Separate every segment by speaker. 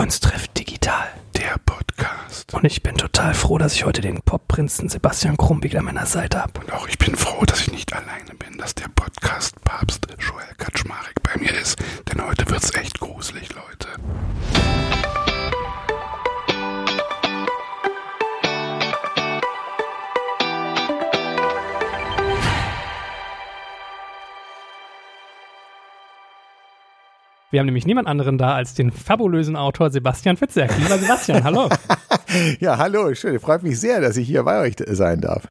Speaker 1: Kunst trifft digital.
Speaker 2: Der Podcast.
Speaker 1: Und ich bin total froh, dass ich heute den Popprinzen Sebastian Krumm wieder an meiner Seite habe.
Speaker 2: Und auch ich bin froh, dass ich nicht alleine bin, dass der Podcast-Papst Joel Kaczmarek bei mir ist. Denn heute wird's echt gruselig, Leute.
Speaker 1: Wir haben nämlich niemand anderen da als den fabulösen Autor Sebastian Fitzek. Lieber Sebastian, hallo.
Speaker 3: Ja, hallo, schön. Freut mich sehr, dass ich hier bei euch sein darf.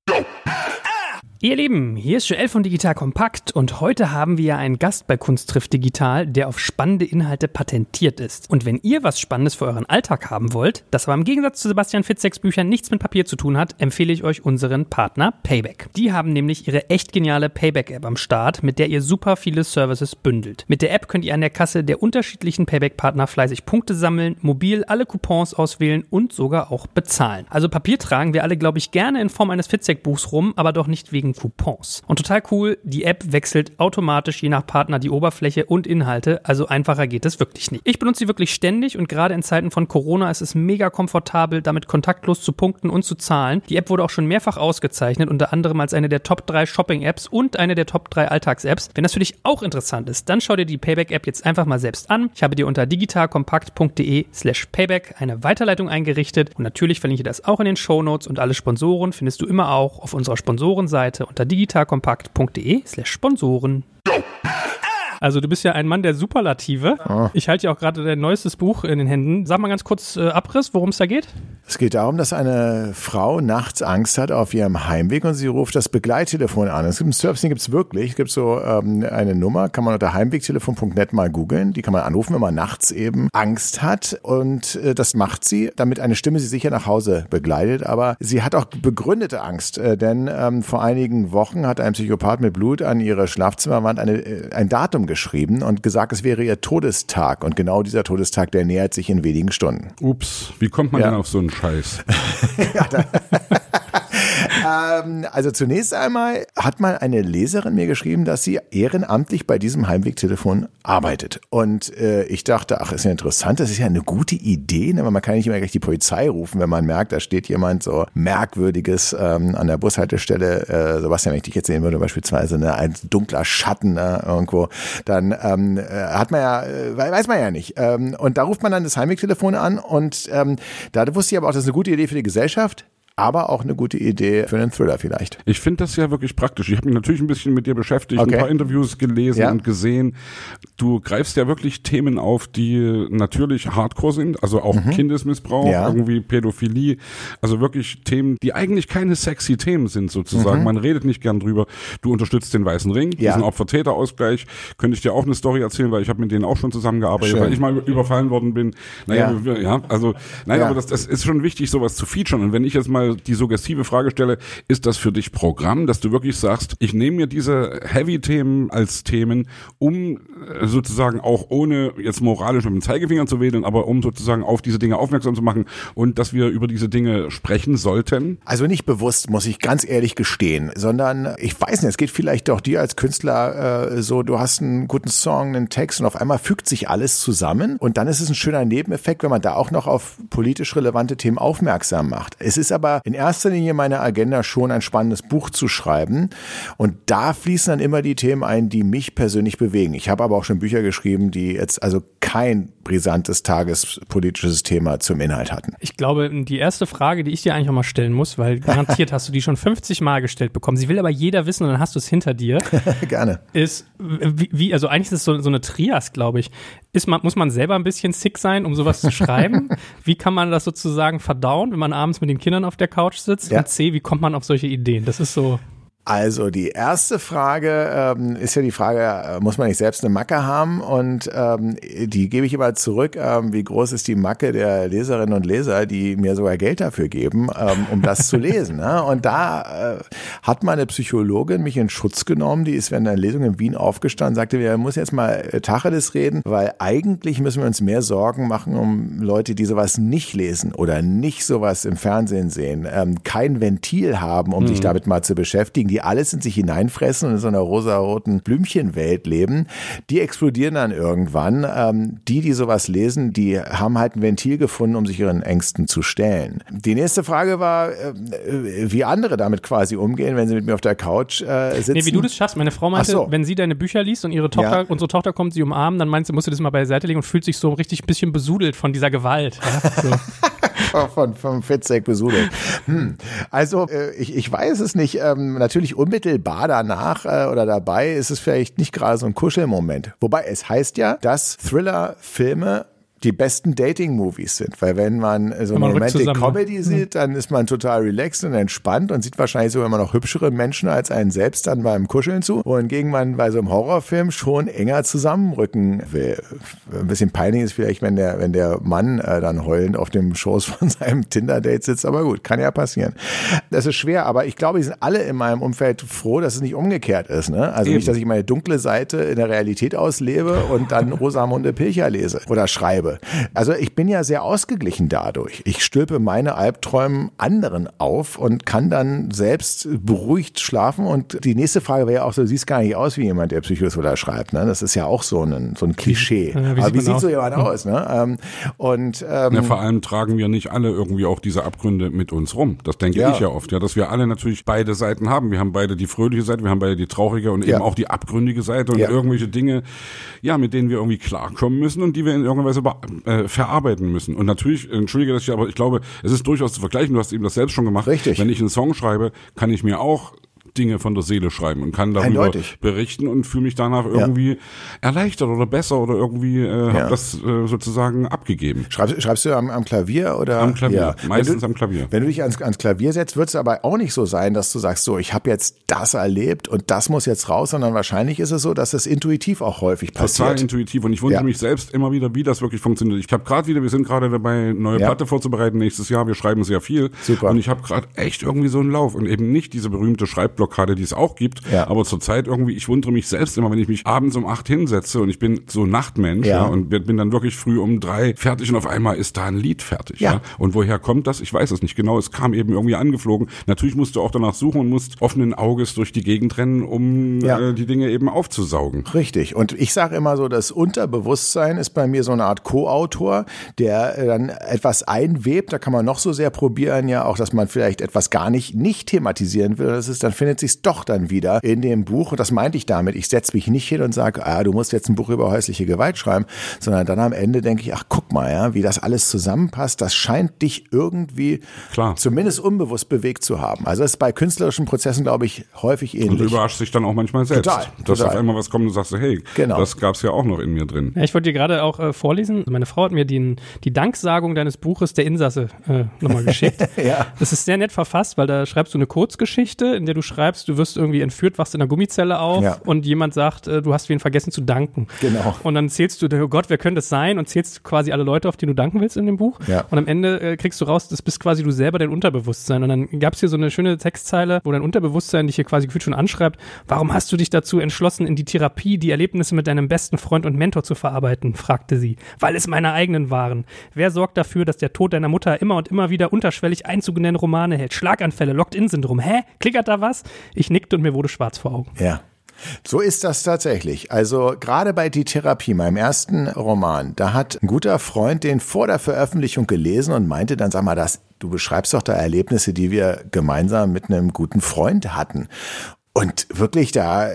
Speaker 1: Ihr Lieben, hier ist Joel von Digital Kompakt und heute haben wir einen Gast bei Kunst trifft digital, der auf spannende Inhalte patentiert ist. Und wenn ihr was Spannendes für euren Alltag haben wollt, das aber im Gegensatz zu Sebastian Fitzeks Büchern nichts mit Papier zu tun hat, empfehle ich euch unseren Partner Payback. Die haben nämlich ihre echt geniale Payback-App am Start, mit der ihr super viele Services bündelt. Mit der App könnt ihr an der Kasse der unterschiedlichen Payback-Partner fleißig Punkte sammeln, mobil alle Coupons auswählen und sogar auch bezahlen. Also Papier tragen wir alle, glaube ich, gerne in Form eines Fitzek-Buchs rum, aber doch nicht wegen Coupons. Und total cool, die App wechselt automatisch je nach Partner die Oberfläche und Inhalte, also einfacher geht es wirklich nicht. Ich benutze sie wirklich ständig und gerade in Zeiten von Corona ist es mega komfortabel, damit kontaktlos zu punkten und zu zahlen. Die App wurde auch schon mehrfach ausgezeichnet, unter anderem als eine der Top 3 Shopping-Apps und eine der Top 3 Alltags-Apps. Wenn das für dich auch interessant ist, dann schau dir die Payback-App jetzt einfach mal selbst an. Ich habe dir unter digitalkompakt.de/payback eine Weiterleitung eingerichtet und natürlich verlinke ich das auch in den Shownotes und alle Sponsoren findest du immer auch auf unserer Sponsorenseite unter digitalkompakt.de/Sponsoren. Also du bist ja ein Mann der Superlative. Oh. Ich halte ja auch gerade dein neuestes Buch in den Händen. Sag mal ganz kurz Abriss, worum es da geht.
Speaker 3: Es geht darum, dass eine Frau nachts Angst hat auf ihrem Heimweg und sie ruft das Begleittelefon an. Es gibt einen Service, den gibt es wirklich. Es gibt so eine Nummer, kann man unter heimwegtelefon.net mal googeln. Die kann man anrufen, wenn man nachts eben Angst hat. Und das macht sie, damit eine Stimme sie sicher nach Hause begleitet. Aber sie hat auch begründete Angst, denn vor einigen Wochen hat ein Psychopath mit Blut an ihre Schlafzimmerwand ein Datum geschrieben und gesagt, es wäre ihr Todestag. Und genau dieser Todestag, der nähert sich in wenigen Stunden.
Speaker 2: Ups, wie kommt man denn auf so einen Scheiß?
Speaker 3: Ja, also zunächst einmal hat mal eine Leserin mir geschrieben, dass sie ehrenamtlich bei diesem Heimwegtelefon arbeitet. Und ich dachte, ach, ist ja interessant, das ist ja eine gute Idee, ne? Man kann nicht immer gleich die Polizei rufen, wenn man merkt, da steht jemand so Merkwürdiges an der Bushaltestelle. Sebastian, wenn ich dich jetzt sehen würde, beispielsweise ein dunkler Schatten irgendwo, dann hat man ja, weiß man ja nicht. Und da ruft man dann das Heimwegtelefon an und da wusste ich aber auch, das ist eine gute Idee für die Gesellschaft. Aber auch eine gute Idee für einen Thriller vielleicht.
Speaker 2: Ich finde das ja wirklich praktisch. Ich habe mich natürlich ein bisschen mit dir beschäftigt, ein paar Interviews gelesen und gesehen. Du greifst ja wirklich Themen auf, die natürlich hardcore sind, also auch Kindesmissbrauch, irgendwie Pädophilie, also wirklich Themen, die eigentlich keine sexy Themen sind sozusagen. Man redet nicht gern drüber. Du unterstützt den Weißen Ring, diesen Opfer-Täter-Ausgleich. Könnte ich dir auch eine Story erzählen, weil ich habe mit denen auch schon zusammengearbeitet, weil ich mal überfallen worden bin. Aber das ist schon wichtig, sowas zu featuren. Und wenn ich jetzt mal die suggestive Frage stelle, ist das für dich Programm, dass du wirklich sagst, ich nehme mir diese Heavy-Themen als Themen, um sozusagen auch ohne jetzt moralisch mit dem Zeigefinger zu wedeln, aber um sozusagen auf diese Dinge aufmerksam zu machen und dass wir über diese Dinge sprechen sollten?
Speaker 3: Also nicht bewusst, muss ich ganz ehrlich gestehen, sondern ich weiß nicht, es geht vielleicht doch dir als Künstler so, du hast einen guten Song, einen Text und auf einmal fügt sich alles zusammen und dann ist es ein schöner Nebeneffekt, wenn man da auch noch auf politisch relevante Themen aufmerksam macht. Es ist aber in erster Linie meine Agenda schon, ein spannendes Buch zu schreiben. Und da fließen dann immer die Themen ein, die mich persönlich bewegen. Ich habe aber auch schon Bücher geschrieben, die jetzt also kein brisantes tagespolitisches Thema zum Inhalt hatten.
Speaker 1: Ich glaube, die erste Frage, die ich dir eigentlich auch mal stellen muss, weil garantiert hast du die schon 50 Mal gestellt bekommen. Sie will aber jeder wissen und dann hast du es hinter dir.
Speaker 3: Gerne.
Speaker 1: Ist, also eigentlich ist es so eine Trias, glaube ich. Muss man selber ein bisschen sick sein, um sowas zu schreiben? Wie kann man das sozusagen verdauen, wenn man abends mit den Kindern auf der Couch sitzt? Und C, wie kommt man auf solche Ideen? Das ist so...
Speaker 3: Also die erste Frage ist ja die Frage, muss man nicht selbst eine Macke haben? Und die gebe ich immer zurück. Wie groß ist die Macke der Leserinnen und Leser, die mir sogar Geld dafür geben, um das zu lesen? Ne? Und da hat meine Psychologin mich in Schutz genommen. Die ist während einer Lesung in Wien aufgestanden und sagte, wir müssen jetzt mal Tacheles reden, weil eigentlich müssen wir uns mehr Sorgen machen um Leute, die sowas nicht lesen oder nicht sowas im Fernsehen sehen, kein Ventil haben, um sich damit mal zu beschäftigen. die alles in sich hineinfressen und in so einer rosaroten Blümchenwelt leben, die explodieren dann irgendwann. Die sowas lesen, die haben halt ein Ventil gefunden, um sich ihren Ängsten zu stellen. Die nächste Frage war, wie andere damit quasi umgehen, wenn sie mit mir auf der Couch sitzen.
Speaker 1: Nee, wie du das schaffst. Meine Frau meinte, wenn sie deine Bücher liest und unsere Tochter kommt sie umarmen, dann meint sie, musst du das mal beiseite legen und fühlt sich so richtig ein bisschen besudelt von dieser Gewalt. Ja, so.
Speaker 3: vom Fitzek besudelt. Also ich weiß es nicht. Natürlich unmittelbar danach oder dabei ist es vielleicht nicht gerade so ein Kuschelmoment. Wobei es heißt ja, dass Thriller-Filme die besten Dating-Movies sind, weil wenn man so eine Romantic-Comedy sieht, dann ist man total relaxed und entspannt und sieht wahrscheinlich sogar immer noch hübschere Menschen als einen selbst dann beim Kuscheln zu, wohingegen man bei so einem Horrorfilm schon enger zusammenrücken will. Ein bisschen peinlich ist vielleicht, wenn der Mann dann heulend auf dem Schoß von seinem Tinder-Date sitzt, aber gut, kann ja passieren. Das ist schwer, aber ich glaube, die sind alle in meinem Umfeld froh, dass es nicht umgekehrt ist. Ne? Also nicht, dass ich meine dunkle Seite in der Realität auslebe und dann Rosamunde Pilcher lese oder schreibe. Also ich bin ja sehr ausgeglichen dadurch. Ich stülpe meine Albträume anderen auf und kann dann selbst beruhigt schlafen. Und die nächste Frage wäre ja auch so, du siehst gar nicht aus wie jemand, der Psychothriller schreibt. Ne? Das ist ja auch so ein Klischee. Aber wie sieht so jemand aus? Ne?
Speaker 2: Vor allem tragen wir nicht alle irgendwie auch diese Abgründe mit uns rum. Das denke ich ja oft. Ja, dass wir alle natürlich beide Seiten haben. Wir haben beide die fröhliche Seite, wir haben beide die traurige und eben auch die abgründige Seite und irgendwelche Dinge, mit denen wir irgendwie klarkommen müssen und die wir in irgendeiner Weise verarbeiten müssen. Und natürlich, entschuldige das, aber ich glaube, es ist durchaus zu vergleichen, du hast eben das selbst schon gemacht.
Speaker 3: Richtig.
Speaker 2: Wenn ich einen Song schreibe, kann ich mir auch Dinge von der Seele schreiben und kann darüber berichten und fühle mich danach irgendwie erleichtert oder besser oder irgendwie habe das sozusagen abgegeben.
Speaker 3: Schreibst du am Klavier oder?
Speaker 2: Am Klavier, meistens am Klavier.
Speaker 3: Wenn du dich ans Klavier setzt, wird es aber auch nicht so sein, dass du sagst, so, ich habe jetzt das erlebt und das muss jetzt raus, sondern wahrscheinlich ist es so, dass es intuitiv auch häufig passiert.
Speaker 2: Total intuitiv und ich wundere mich selbst immer wieder, wie das wirklich funktioniert. Ich habe wir sind gerade dabei, eine neue Platte vorzubereiten nächstes Jahr. Wir schreiben sehr viel.
Speaker 3: Super.
Speaker 2: Und ich habe gerade echt irgendwie so einen Lauf und eben nicht diese berühmte Schreibblockade, die es auch gibt, aber zurzeit irgendwie, ich wundere mich selbst immer, wenn ich mich abends um 8 hinsetze und ich bin so Nachtmensch und bin dann wirklich früh um 3 fertig und auf einmal ist da ein Lied fertig. Ja. Und woher kommt das? Ich weiß es nicht genau. Es kam eben irgendwie angeflogen. Natürlich musst du auch danach suchen und musst offenen Auges durch die Gegend rennen, um die Dinge eben aufzusaugen.
Speaker 3: Richtig. Und ich sage immer so, das Unterbewusstsein ist bei mir so eine Art Co-Autor, der dann etwas einwebt. Da kann man noch so sehr probieren, ja auch, dass man vielleicht etwas gar nicht thematisieren will. Dann findet sich doch dann wieder in dem Buch. Und das meinte ich damit. Ich setze mich nicht hin und sage, du musst jetzt ein Buch über häusliche Gewalt schreiben, sondern dann am Ende denke ich, ach, guck mal, wie das alles zusammenpasst. Das scheint dich irgendwie zumindest unbewusst bewegt zu haben. Also das ist bei künstlerischen Prozessen, glaube ich, häufig ähnlich.
Speaker 2: Und du überraschst dich dann auch manchmal selbst. Dass auf einmal was kommt und sagst, hey, das gab's ja auch noch in mir drin.
Speaker 1: Ja, ich wollte dir gerade auch vorlesen. Meine Frau hat mir die Danksagung deines Buches Der Insasse nochmal geschickt. Das ist sehr nett verfasst, weil da schreibst du eine Kurzgeschichte, in der du schreibst, du wirst irgendwie entführt, wachst in einer Gummizelle auf und jemand sagt, du hast wen vergessen zu danken.
Speaker 3: Genau.
Speaker 1: Und dann zählst du, oh Gott, wer könnte es sein? Und zählst quasi alle Leute, auf die du danken willst in dem Buch. Ja. Und am Ende kriegst du raus, das bist quasi du selber, dein Unterbewusstsein. Und dann gab es hier so eine schöne Textzeile, wo dein Unterbewusstsein dich hier quasi gefühlt schon anschreibt, warum hast du dich dazu entschlossen, in die Therapie die Erlebnisse mit deinem besten Freund und Mentor zu verarbeiten? Fragte sie. Weil es meine eigenen waren. Wer sorgt dafür, dass der Tod deiner Mutter immer und immer wieder unterschwellig Einzug in deine Romane hält? Schlaganfälle, Locked-in-Syndrom. Hä? Klickert da was? Ich nickte und mir wurde schwarz vor Augen.
Speaker 3: Ja. So ist das tatsächlich. Also gerade bei Die Therapie, meinem ersten Roman, da hat ein guter Freund den vor der Veröffentlichung gelesen und meinte dann, sag mal, du beschreibst doch da Erlebnisse, die wir gemeinsam mit einem guten Freund hatten. Und wirklich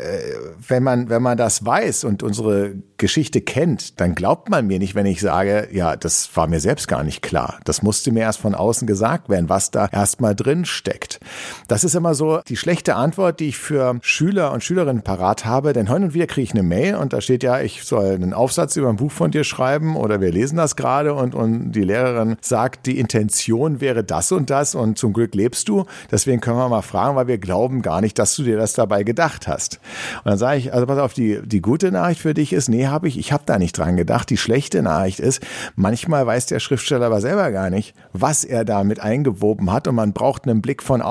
Speaker 3: wenn man das weiß und unsere Geschichte kennt, dann glaubt man mir nicht, wenn ich sage, ja, das war mir selbst gar nicht klar. Das musste mir erst von außen gesagt werden, was da erstmal drin steckt. Das ist immer so die schlechte Antwort, die ich für Schüler und Schülerinnen parat habe, denn hin und wieder kriege ich eine Mail und da steht ja, ich soll einen Aufsatz über ein Buch von dir schreiben oder wir lesen das gerade und die Lehrerin sagt, die Intention wäre das und zum Glück lebst du. Deswegen können wir mal fragen, weil wir glauben gar nicht, dass du dir das dabei gedacht hast. Und dann sage ich, also pass auf, die gute Nachricht für dich ist, nee, ich habe da nicht dran gedacht. Die schlechte Nachricht ist, manchmal weiß der Schriftsteller aber selber gar nicht, was er damit eingewoben hat und man braucht einen Blick von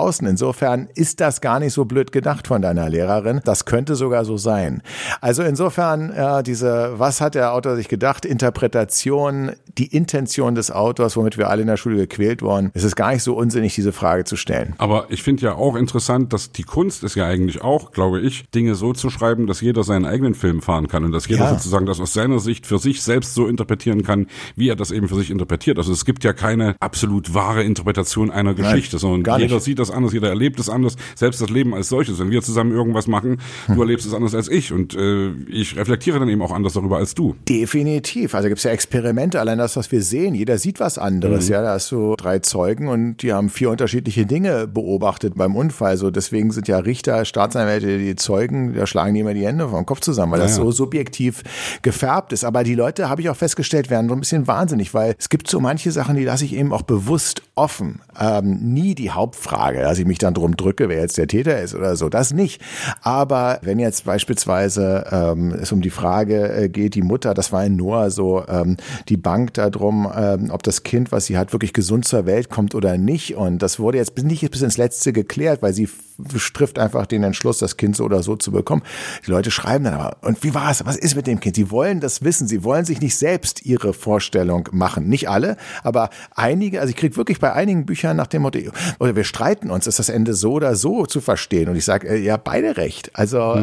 Speaker 3: draußen. Insofern ist das gar nicht so blöd gedacht von deiner Lehrerin. Das könnte sogar so sein. Also insofern, was hat der Autor sich gedacht? Interpretation, die Intention des Autors, womit wir alle in der Schule gequält wurden. Es ist gar nicht so unsinnig, diese Frage zu stellen.
Speaker 2: Aber ich finde ja auch interessant, dass die Kunst ist ja eigentlich auch, glaube ich, Dinge so zu schreiben, dass jeder seinen eigenen Film fahren kann und dass jeder sozusagen das aus seiner Sicht für sich selbst so interpretieren kann, wie er das eben für sich interpretiert. Also es gibt ja keine absolut wahre Interpretation einer Geschichte, sondern jeder sieht das anders, jeder erlebt es anders, selbst das Leben als solches. Wenn wir zusammen irgendwas machen, du erlebst es anders als ich und ich reflektiere dann eben auch anders darüber als du.
Speaker 3: Definitiv. Also gibt es ja Experimente, allein das, was wir sehen. Jeder sieht was anderes. Ja, da hast du 3 Zeugen und die haben 4 unterschiedliche Dinge beobachtet beim Unfall. So deswegen sind ja Richter, Staatsanwälte, die Zeugen, da schlagen die immer die Hände vom Kopf zusammen, weil das so subjektiv gefärbt ist. Aber die Leute, habe ich auch festgestellt, werden so ein bisschen wahnsinnig, weil es gibt so manche Sachen, die lasse ich eben auch bewusst offen. Nie die Hauptfrage, dass ich mich dann drum drücke, wer jetzt der Täter ist oder so. Das nicht. Aber wenn jetzt beispielsweise es um die Frage geht, die Mutter, das war in Noah so, die Bank darum, ob das Kind, was sie hat, wirklich gesund zur Welt kommt oder nicht. Und das wurde jetzt nicht bis ins Letzte geklärt, weil sie trifft einfach den Entschluss, das Kind so oder so zu bekommen. Die Leute schreiben dann aber, und wie war es? Was ist mit dem Kind? Sie wollen das wissen. Sie wollen sich nicht selbst ihre Vorstellung machen. Nicht alle, aber einige, also ich kriege wirklich bei einigen Büchern nach dem Motto, oder wir streiten uns, ist das Ende so oder so zu verstehen? Und ich sage, ja, beide recht. Also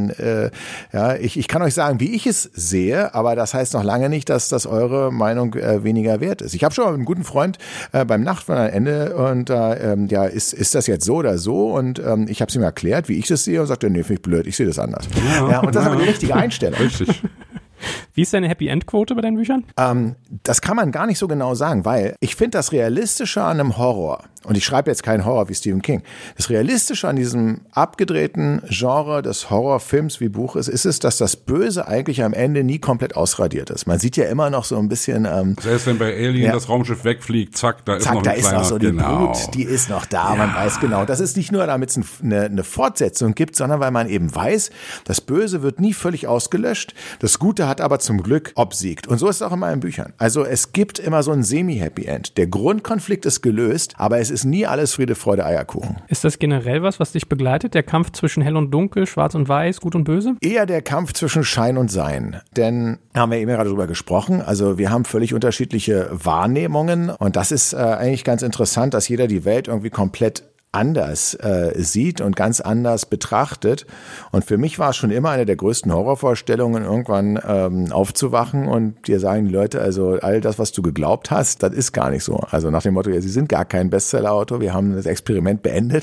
Speaker 3: ich kann euch sagen, wie ich es sehe, aber das heißt noch lange nicht, dass das eure Meinung weniger wert ist. Ich habe schon mal mit einem guten Freund beim Nachtwandern-Ende und ist das jetzt so oder so? Und ich habe es ihm erklärt, wie ich das sehe und sagte, nee, finde ich blöd, ich sehe das anders. Ja, und das ist aber die richtige Einstellung.
Speaker 2: Richtig.
Speaker 1: Wie ist deine Happy-End-Quote bei deinen Büchern?
Speaker 3: Das kann man gar nicht so genau sagen, weil ich finde das Realistische an einem Horror, und ich schreibe jetzt keinen Horror wie Stephen King, das Realistische an diesem abgedrehten Genre des Horrorfilms wie Buch ist es, dass das Böse eigentlich am Ende nie komplett ausradiert ist. Man sieht ja immer noch so ein bisschen...
Speaker 2: Selbst wenn bei Alien das Raumschiff wegfliegt, zack, da ist noch ein kleiner...
Speaker 3: Zack, da ist noch so die Brut, die ist noch da, man weiß genau. Das ist nicht nur, damit es eine Fortsetzung gibt, sondern weil man eben weiß, das Böse wird nie völlig ausgelöscht, das Gute hat aber zum Glück obsiegt. Und so ist es auch in meinen Büchern. Also es gibt immer so ein Semi-Happy End. Der Grundkonflikt ist gelöst, aber es ist nie alles Friede, Freude, Eierkuchen.
Speaker 1: Ist das generell was dich begleitet? Der Kampf zwischen Hell und Dunkel, Schwarz und Weiß, Gut und Böse?
Speaker 3: Eher der Kampf zwischen Schein und Sein. Denn, haben wir eben gerade drüber gesprochen, also wir haben völlig unterschiedliche Wahrnehmungen und das ist eigentlich ganz interessant, dass jeder die Welt irgendwie komplett anders sieht und ganz anders betrachtet. Und für mich war es schon immer eine der größten Horrorvorstellungen, irgendwann aufzuwachen und dir sagen die Leute, also all das, was du geglaubt hast, das ist gar nicht so. Also nach dem Motto, ja, sie sind gar kein Bestseller-Autor, wir haben das Experiment beendet.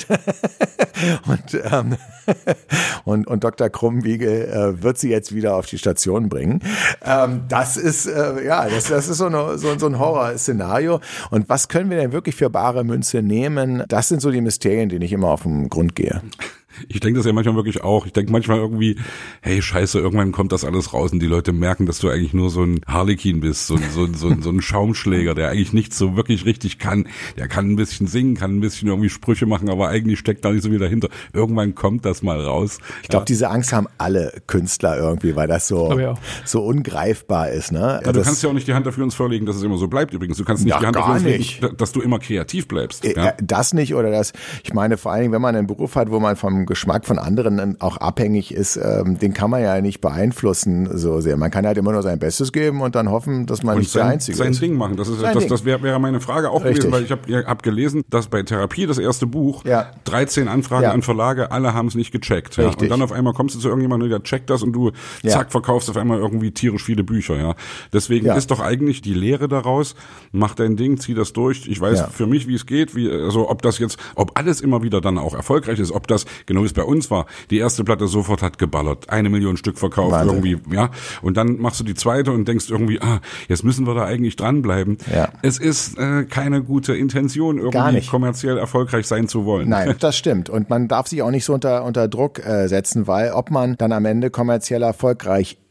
Speaker 3: und Dr. Krummwiegel wird sie jetzt wieder auf die Station bringen. Das ist so ein Horrorszenario. Und was können wir denn wirklich für bare Münze nehmen? Das sind so die Mysterien, denen ich immer auf den Grund gehe.
Speaker 2: Ich denke das ja manchmal wirklich auch. Ich denke manchmal irgendwie, hey, scheiße, irgendwann kommt das alles raus und die Leute merken, dass du eigentlich nur so ein Harlekin bist, so ein Schaumschläger, der eigentlich nichts so wirklich richtig kann. Der kann ein bisschen singen, kann ein bisschen irgendwie Sprüche machen, aber eigentlich steckt da nicht so viel dahinter. Irgendwann kommt das mal raus.
Speaker 3: Ich glaube, diese Angst haben alle Künstler irgendwie, weil das so ungreifbar ist. Ne?
Speaker 2: Ja, du kannst ja auch nicht die Hand dafür uns vorlegen, dass es immer so bleibt übrigens. Du kannst nicht die Hand dafür uns legen, dass du immer kreativ bleibst.
Speaker 3: Das nicht oder das. Ich meine, vor allen Dingen, wenn man einen Beruf hat, wo man vom Geschmack von anderen auch abhängig ist, den kann man ja nicht beeinflussen so sehr. Man kann halt immer nur sein Bestes geben und dann hoffen, dass man nicht der Einzige ist.
Speaker 2: Sein Ding machen. Das wäre meine Frage auch gewesen, weil ich hab gelesen, dass bei Therapie, das erste Buch, 13 Anfragen an Verlage, alle haben es nicht gecheckt. Ja. Und dann auf einmal kommst du zu irgendjemandem, der checkt das und du zack, verkaufst auf einmal irgendwie tierisch viele Bücher. Ja. Deswegen ist doch eigentlich die Lehre daraus, mach dein Ding, zieh das durch. Ich weiß für mich, wie es geht, ob alles immer wieder dann auch erfolgreich ist, ob das genau wie es bei uns war, die erste Platte sofort hat geballert, 1 Million Stück verkauft, Wahnsinn. Irgendwie, ja, und dann machst du die zweite und denkst irgendwie, jetzt müssen wir da eigentlich dranbleiben. Ja. Es ist keine gute Intention, irgendwie kommerziell erfolgreich sein zu wollen.
Speaker 3: Nein, das stimmt und man darf sich auch nicht so unter Druck setzen, weil ob man dann am Ende kommerziell erfolgreich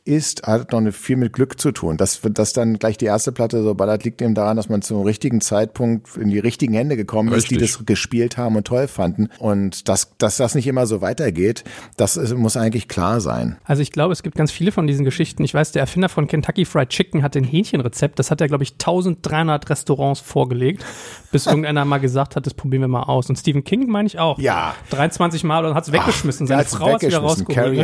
Speaker 3: hat noch viel mit Glück zu tun. Dass dann gleich die erste Platte so ballert, liegt eben daran, dass man zum richtigen Zeitpunkt in die richtigen Hände gekommen ist, die das gespielt haben und toll fanden. Und dass das nicht immer so weitergeht, muss eigentlich klar sein.
Speaker 1: Also ich glaube, es gibt ganz viele von diesen Geschichten. Ich weiß, der Erfinder von Kentucky Fried Chicken hat ein Hähnchenrezept. Das hat er, glaube ich, 1300 Restaurants vorgelegt, bis irgendeiner mal gesagt hat, das probieren wir mal aus. Und Stephen King meine ich auch.
Speaker 3: Ja.
Speaker 1: 23 Mal und hat es weggeschmissen. Seine Frau hat es wieder rausgeholt.
Speaker 3: Carrie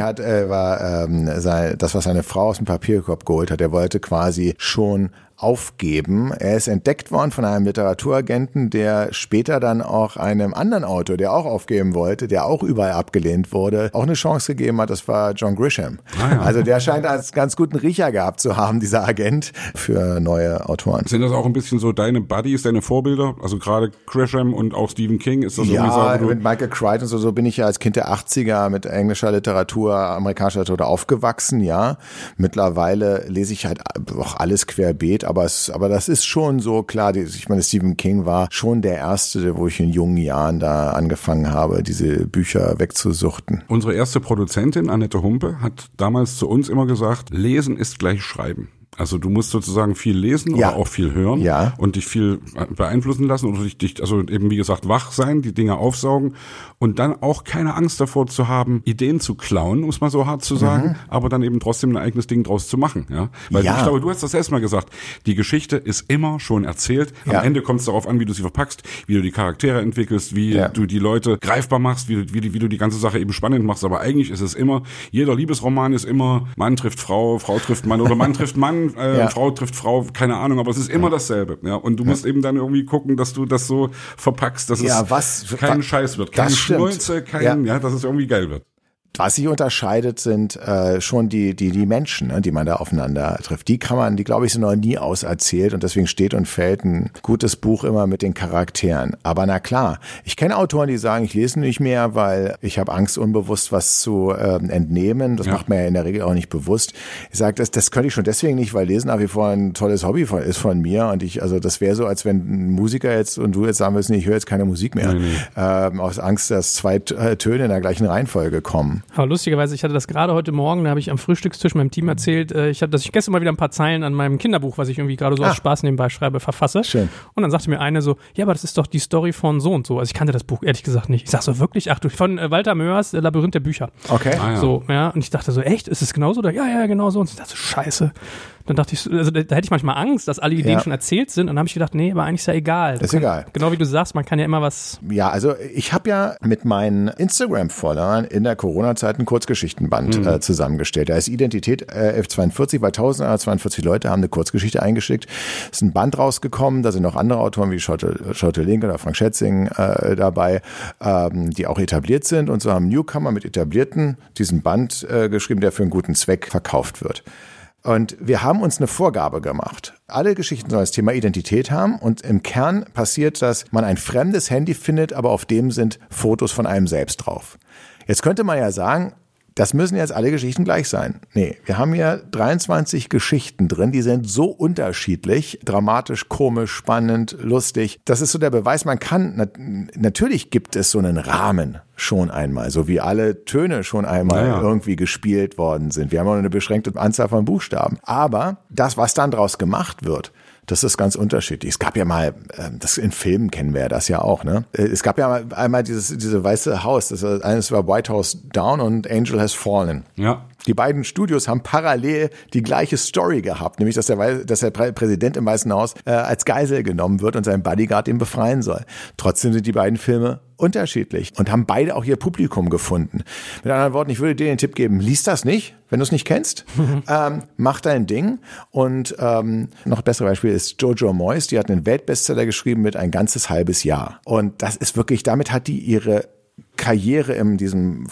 Speaker 3: war das, was seine Frau aus dem Papierkorb geholt hat. Er wollte quasi schon aufgeben. Er ist entdeckt worden von einem Literaturagenten, der später dann auch einem anderen Autor, der auch aufgeben wollte, der auch überall abgelehnt wurde, auch eine Chance gegeben hat. Das war John Grisham. Ah, ja. Also der scheint als ganz guten Riecher gehabt zu haben, dieser Agent, für neue Autoren.
Speaker 2: Sind das auch ein bisschen so deine Buddies, deine Vorbilder? Also gerade Grisham und auch Stephen King? Ist das
Speaker 3: ja, mit Michael Crichton und so bin ich ja als Kind der 80er mit englischer Literatur, amerikanischer Literatur aufgewachsen, ja. Mittlerweile lese ich halt auch alles querbeet, aber das ist schon so klar. Ich meine, Stephen King war schon der Erste, wo ich in jungen Jahren da angefangen habe, diese Bücher wegzusuchten.
Speaker 2: Unsere erste Produzentin, Annette Humpe, hat damals zu uns immer gesagt, Lesen ist gleich Schreiben. Also du musst sozusagen viel lesen oder auch viel hören und dich viel beeinflussen lassen oder also eben wie gesagt wach sein, die Dinge aufsaugen und dann auch keine Angst davor zu haben, Ideen zu klauen, um es mal so hart zu sagen, aber dann eben trotzdem ein eigenes Ding draus zu machen. Ja? Weil ich glaube, du hast das erstmal gesagt, die Geschichte ist immer schon erzählt. Am Ende kommt es darauf an, wie du sie verpackst, wie du die Charaktere entwickelst, wie du die Leute greifbar machst, wie du die ganze Sache eben spannend machst. Aber eigentlich ist es immer, jeder Liebesroman ist immer Mann trifft Frau, Frau trifft Mann oder Mann trifft Mann, Frau trifft Frau, keine Ahnung, aber es ist immer dasselbe. Ja? Und du musst eben dann irgendwie gucken, dass du das so verpackst, dass es kein Scheiß wird, keine Schnulze, dass es irgendwie geil wird.
Speaker 3: Was sich unterscheidet, sind schon die Menschen, ne, die man da aufeinander trifft. Die glaube ich, sind noch nie auserzählt und deswegen steht und fällt ein gutes Buch immer mit den Charakteren. Aber na klar, ich kenne Autoren, die sagen, ich lese nicht mehr, weil ich habe Angst, unbewusst was zu entnehmen. Das macht man ja in der Regel auch nicht bewusst. Ich sage, das könnte ich schon deswegen nicht, weil Lesen nach wie vor ein tolles Hobby ist von mir und das wäre so, als wenn ein Musiker jetzt und du jetzt sagen würdest, nee, ich höre jetzt keine Musik mehr. Aus Angst, dass zwei Töne in der gleichen Reihenfolge kommen.
Speaker 1: Aber lustigerweise, ich hatte das gerade heute Morgen, da habe ich am Frühstückstisch meinem Team erzählt, dass ich gestern mal wieder ein paar Zeilen an meinem Kinderbuch, was ich irgendwie gerade so aus Spaß nebenbei schreibe, verfasse. Schön. Und dann sagte mir eine so, ja, aber das ist doch die Story von so und so. Also ich kannte das Buch ehrlich gesagt nicht. Ich sag so, wirklich? Ach du, von Walter Mörs, Labyrinth der Bücher.
Speaker 3: Okay.
Speaker 1: So, ja. Und ich dachte so, echt? Ist es genauso? Ja, genau so. Und ich dachte so, scheiße. Dann dachte ich, also da hätte ich manchmal Angst, dass alle Ideen schon erzählt sind. Und dann habe ich gedacht, nee, aber eigentlich ist ja egal.
Speaker 3: Ist egal.
Speaker 1: Genau wie du sagst, man kann ja immer was.
Speaker 3: Ja, also ich habe ja mit meinen Instagram-Followern in der Corona-Zeit einen Kurzgeschichtenband zusammengestellt. Da ist Identität 1142, weil 1142 Leute haben eine Kurzgeschichte eingeschickt. Es ist ein Band rausgekommen, da sind noch andere Autoren wie Schotte Link oder Frank Schätzing dabei, die auch etabliert sind. Und so haben Newcomer mit Etablierten diesen Band geschrieben, der für einen guten Zweck verkauft wird. Und wir haben uns eine Vorgabe gemacht. Alle Geschichten sollen das Thema Identität haben und im Kern passiert, dass man ein fremdes Handy findet, aber auf dem sind Fotos von einem selbst drauf. Jetzt könnte man ja sagen, das müssen jetzt alle Geschichten gleich sein. Nee, wir haben hier 23 Geschichten drin, die sind so unterschiedlich, dramatisch, komisch, spannend, lustig. Das ist so der Beweis, man kann, natürlich gibt es so einen Rahmen schon einmal, so wie alle Töne schon einmal irgendwie gespielt worden sind. Wir haben auch eine beschränkte Anzahl von Buchstaben. Aber das, was dann draus gemacht wird, das ist ganz unterschiedlich. Es gab ja mal, das in Filmen kennen wir das ja auch, ne? Es gab ja einmal diese weiße Haus, eines war White House Down und Angel Has Fallen.
Speaker 2: Ja.
Speaker 3: Die beiden Studios haben parallel die gleiche Story gehabt, nämlich dass der Präsident im Weißen Haus als Geisel genommen wird und sein Bodyguard ihn befreien soll. Trotzdem sind die beiden Filme unterschiedlich und haben beide auch ihr Publikum gefunden. Mit anderen Worten, ich würde dir den Tipp geben, lies das nicht, wenn du es nicht kennst. Mach dein Ding. Und noch ein besseres Beispiel ist Jojo Moyes, die hat einen Weltbestseller geschrieben mit ein ganzes halbes Jahr. Und das ist wirklich, damit hat die ihre Karriere in diesem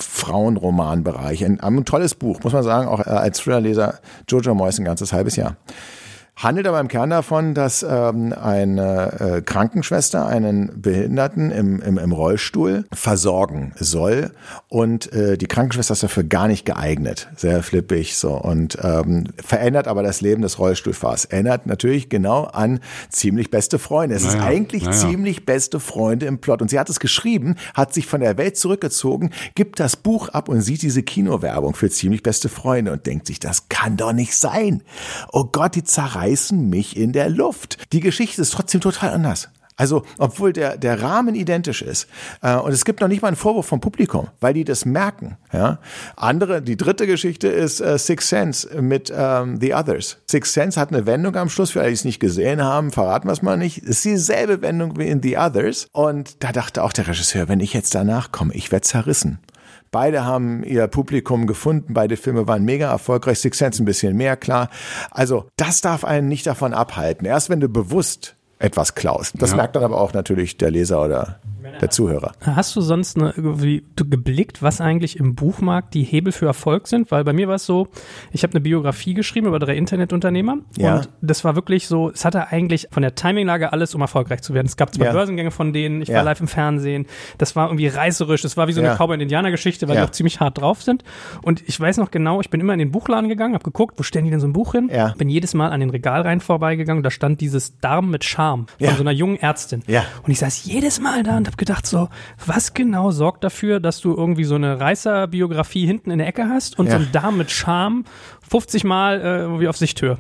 Speaker 3: Frauenromanbereich. Ein tolles Buch, muss man sagen, auch als Thrillerleser, Jojo Moyes ein ganzes halbes Jahr. handelt aber im Kern davon, dass eine Krankenschwester einen Behinderten im Rollstuhl versorgen soll und die Krankenschwester ist dafür gar nicht geeignet. Sehr flippig so und verändert aber das Leben des Rollstuhlfahrers. Erinnert natürlich genau an Ziemlich beste Freunde. Es ist eigentlich Ziemlich beste Freunde im Plot. Und sie hat es geschrieben, hat sich von der Welt zurückgezogen, gibt das Buch ab und sieht diese Kinowerbung für Ziemlich beste Freunde und denkt sich, das kann doch nicht sein. Oh Gott, die zerreißen mich in der Luft. Die Geschichte ist trotzdem total anders. Also, obwohl der Rahmen identisch ist. Und es gibt noch nicht mal einen Vorwurf vom Publikum, weil die das merken. Ja? Die dritte Geschichte ist Sixth Sense mit The Others. Sixth Sense hat eine Wendung am Schluss, für alle, die es nicht gesehen haben, verraten wir es mal nicht. Es ist dieselbe Wendung wie in The Others. Und da dachte auch der Regisseur, wenn ich jetzt danach komme, ich werde zerrissen. Beide haben ihr Publikum gefunden, beide Filme waren mega erfolgreich, Sixth Sense ein bisschen mehr, klar. Also das darf einen nicht davon abhalten. Erst wenn du bewusst etwas klaust. Das merkt dann aber auch natürlich der Leser oder der Zuhörer.
Speaker 1: Hast du sonst irgendwie geblickt, was eigentlich im Buchmarkt die Hebel für Erfolg sind? Weil bei mir war es so, ich habe eine Biografie geschrieben über 3 Internetunternehmer und das war wirklich so, es hatte eigentlich von der Timinglage alles, um erfolgreich zu werden. Es gab 2 Börsengänge von denen, ich war live im Fernsehen, das war irgendwie reißerisch, das war wie so eine Cowboy- und Indianer-Geschichte, weil die auch ziemlich hart drauf sind. Und ich weiß noch genau, ich bin immer in den Buchladen gegangen, habe geguckt, wo stellen die denn so ein Buch hin? Bin jedes Mal an den Regalreihen vorbeigegangen und da stand dieses Darm mit Charme von so einer jungen Ärztin. Und ich saß jedes Mal da und habe gedacht so, was genau sorgt dafür, dass du irgendwie so eine Reißer-Biografie hinten in der Ecke hast und so ein Darm mit Charme 50 Mal irgendwie auf Sichthöhe.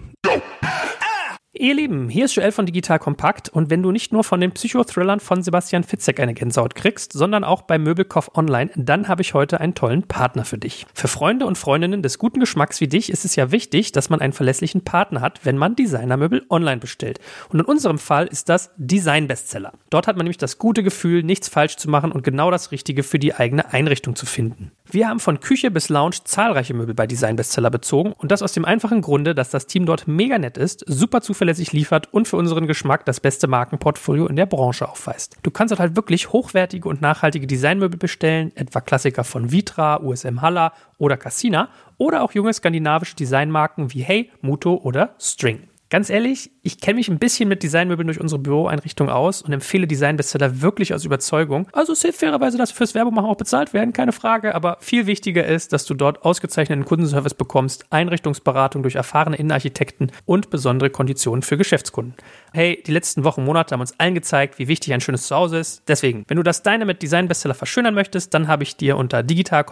Speaker 1: Ihr Lieben, hier ist Joel von Digital Kompakt und wenn du nicht nur von den Psychothrillern von Sebastian Fitzek eine Gänsehaut kriegst, sondern auch bei Möbelkauf Online, dann habe ich heute einen tollen Partner für dich. Für Freunde und Freundinnen des guten Geschmacks wie dich ist es ja wichtig, dass man einen verlässlichen Partner hat, wenn man Designermöbel online bestellt. Und in unserem Fall ist das Design Bestseller. Dort hat man nämlich das gute Gefühl, nichts falsch zu machen und genau das Richtige für die eigene Einrichtung zu finden. Wir haben von Küche bis Lounge zahlreiche Möbel bei Design Bestseller bezogen und das aus dem einfachen Grunde, dass das Team dort mega nett ist, super zuverlässig liefert und für unseren Geschmack das beste Markenportfolio in der Branche aufweist. Du kannst dort halt wirklich hochwertige und nachhaltige Designmöbel bestellen, etwa Klassiker von Vitra, USM Halla oder Cassina oder auch junge skandinavische Designmarken wie Hey, Muto oder String. Ganz ehrlich, ich kenne mich ein bisschen mit Designmöbeln durch unsere Büroeinrichtung aus und empfehle Design Bestseller wirklich aus Überzeugung. Also es hilft fairerweise, dass wir fürs Werbung machen auch bezahlt werden, keine Frage, aber viel wichtiger ist, dass du dort ausgezeichneten Kundenservice bekommst, Einrichtungsberatung durch erfahrene Innenarchitekten und besondere Konditionen für Geschäftskunden. Hey, die letzten Wochen, Monate haben uns allen gezeigt, wie wichtig ein schönes Zuhause ist. Deswegen, wenn du das deine mit Design Bestseller verschönern möchtest, dann habe ich dir unter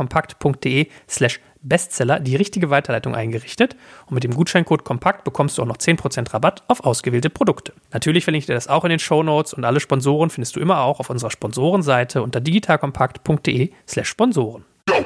Speaker 1: digitalkompakt.de/Bestseller die richtige Weiterleitung eingerichtet und mit dem Gutscheincode KOMPAKT bekommst du auch noch 10% Rabatt auf ausgewählte Produkte. Natürlich verlinke ich dir das auch in den Shownotes und alle Sponsoren findest du immer auch auf unserer Sponsorenseite unter digitalkompakt.de/Sponsoren.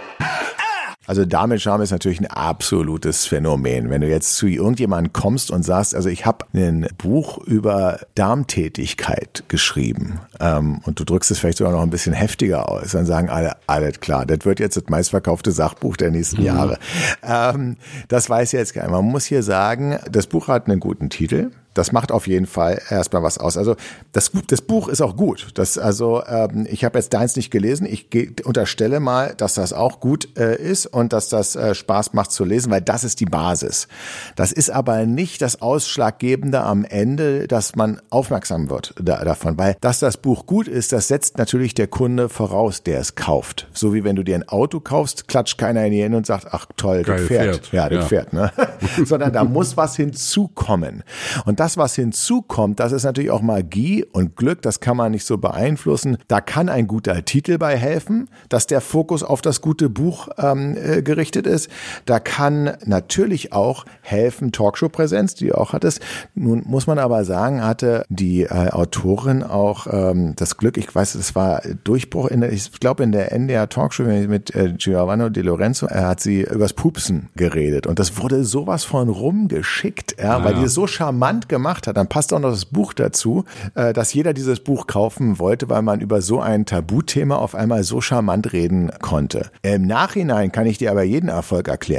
Speaker 3: Also Darm-mit-Charme ist natürlich ein absolutes Phänomen. Wenn du jetzt zu irgendjemandem kommst und sagst, also ich habe ein Buch über Darmtätigkeit geschrieben und du drückst es vielleicht sogar noch ein bisschen heftiger aus, dann sagen alle, alles klar, das wird jetzt das meistverkaufte Sachbuch der nächsten Jahre. Das weiß jetzt keiner. Man muss hier sagen, das Buch hat einen guten Titel. Das macht auf jeden Fall erstmal was aus. Also das Buch ist auch gut. Ich habe jetzt deins nicht gelesen. Ich unterstelle mal, dass das auch gut ist und dass das Spaß macht zu lesen, weil das ist die Basis. Das ist aber nicht das Ausschlaggebende am Ende, dass man aufmerksam wird davon. Weil dass das Buch gut ist, das setzt natürlich der Kunde voraus, der es kauft. So wie wenn du dir ein Auto kaufst, klatscht keiner in die Hände und sagt, ach toll, das Pferd. Ja, das Pferd. Ne? Sondern da muss was hinzukommen. Und das, was hinzukommt, das ist natürlich auch Magie und Glück, das kann man nicht so beeinflussen. Da kann ein guter Titel bei helfen, dass der Fokus auf das gute Buch gerichtet ist. Da kann natürlich auch helfen Talkshow-Präsenz, die du auch hattest. Nun muss man aber sagen, hatte die Autorin auch das Glück, ich weiß, es war Durchbruch, ich glaube in der NDR Talkshow mit Giovanni De Lorenzo, hat sie übers Pupsen geredet und das wurde sowas von rumgeschickt, weil die es so charmant gemacht hat. Dann passt auch noch das Buch dazu, dass jeder dieses Buch kaufen wollte, weil man über so ein Tabuthema auf einmal so charmant reden konnte. Im Nachhinein kann ich dir aber jeden Erfolg erklären.